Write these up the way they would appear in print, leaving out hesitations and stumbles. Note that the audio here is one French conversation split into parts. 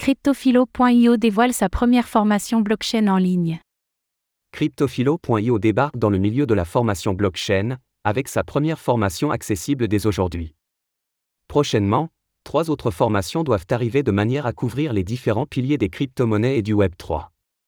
Cryptophilo.io dévoile sa première formation blockchain en ligne. Cryptophilo.io débarque dans le milieu de la formation blockchain, avec sa première formation accessible dès aujourd'hui. Prochainement, 3 autres formations doivent arriver de manière à couvrir les différents piliers des crypto-monnaies et du Web3.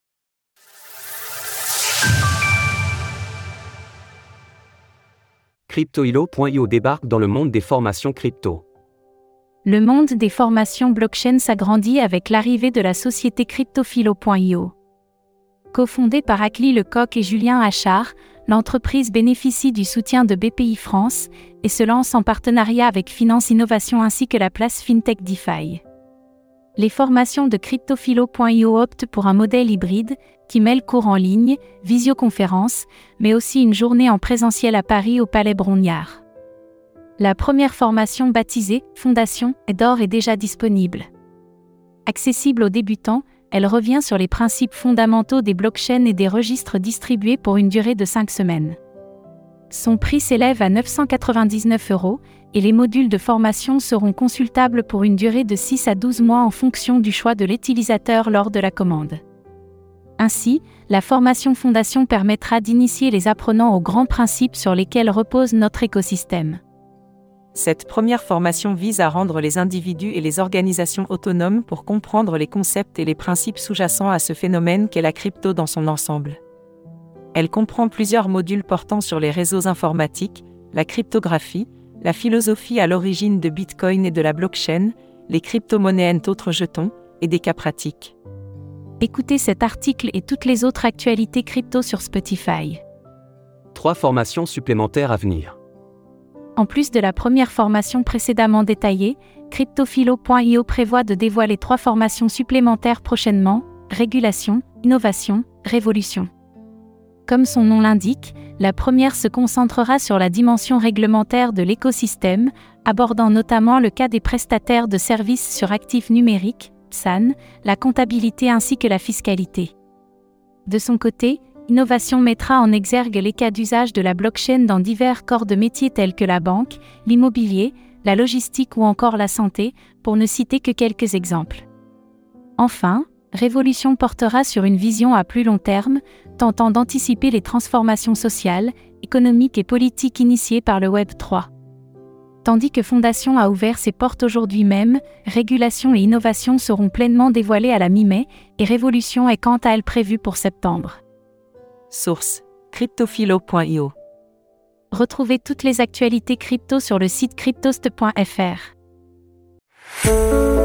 Cryptophilo.io débarque dans le monde des formations crypto. Le monde des formations blockchain s'agrandit avec l'arrivée de la société Cryptophilo.io. Cofondée par Akli Lecoq et Julien Achard, l'entreprise bénéficie du soutien de BPI France et se lance en partenariat avec Finance Innovation ainsi que la place FinTech DeFi. Les formations de Cryptophilo.io optent pour un modèle hybride qui mêle cours en ligne, visioconférence, mais aussi une journée en présentiel à Paris au Palais Brongniart. La première formation baptisée « Fondation d'Or » est déjà disponible. Accessible aux débutants, elle revient sur les principes fondamentaux des blockchains et des registres distribués pour une durée de 5 semaines. Son prix s'élève à 999 € et les modules de formation seront consultables pour une durée de 6 à 12 mois en fonction du choix de l'utilisateur lors de la commande. Ainsi, la formation Fondation permettra d'initier les apprenants aux grands principes sur lesquels repose notre écosystème. Cette première formation vise à rendre les individus et les organisations autonomes pour comprendre les concepts et les principes sous-jacents à ce phénomène qu'est la crypto dans son ensemble. Elle comprend plusieurs modules portant sur les réseaux informatiques, la cryptographie, la philosophie à l'origine de Bitcoin et de la blockchain, les crypto-monnaies et autres jetons, et des cas pratiques. Écoutez cet article et toutes les autres actualités crypto sur Spotify. 3 formations supplémentaires à venir. En plus de la première formation précédemment détaillée, Cryptophilo.io prévoit de dévoiler 3 formations supplémentaires prochainement, Régulation, Innovation, Révolution. Comme son nom l'indique, la première se concentrera sur la dimension réglementaire de l'écosystème, abordant notamment le cas des prestataires de services sur actifs numériques, PSAN, la comptabilité ainsi que la fiscalité. De son côté, Innovation mettra en exergue les cas d'usage de la blockchain dans divers corps de métiers tels que la banque, l'immobilier, la logistique ou encore la santé, pour ne citer que quelques exemples. Enfin, Révolution portera sur une vision à plus long terme, tentant d'anticiper les transformations sociales, économiques et politiques initiées par le Web3. Tandis que Fondation a ouvert ses portes aujourd'hui même, Régulation et Innovation seront pleinement dévoilées à la mi-mai, et Révolution est quant à elle prévue pour septembre. Source: Cryptophilo.io. Retrouvez toutes les actualités crypto sur le site cryptost.fr.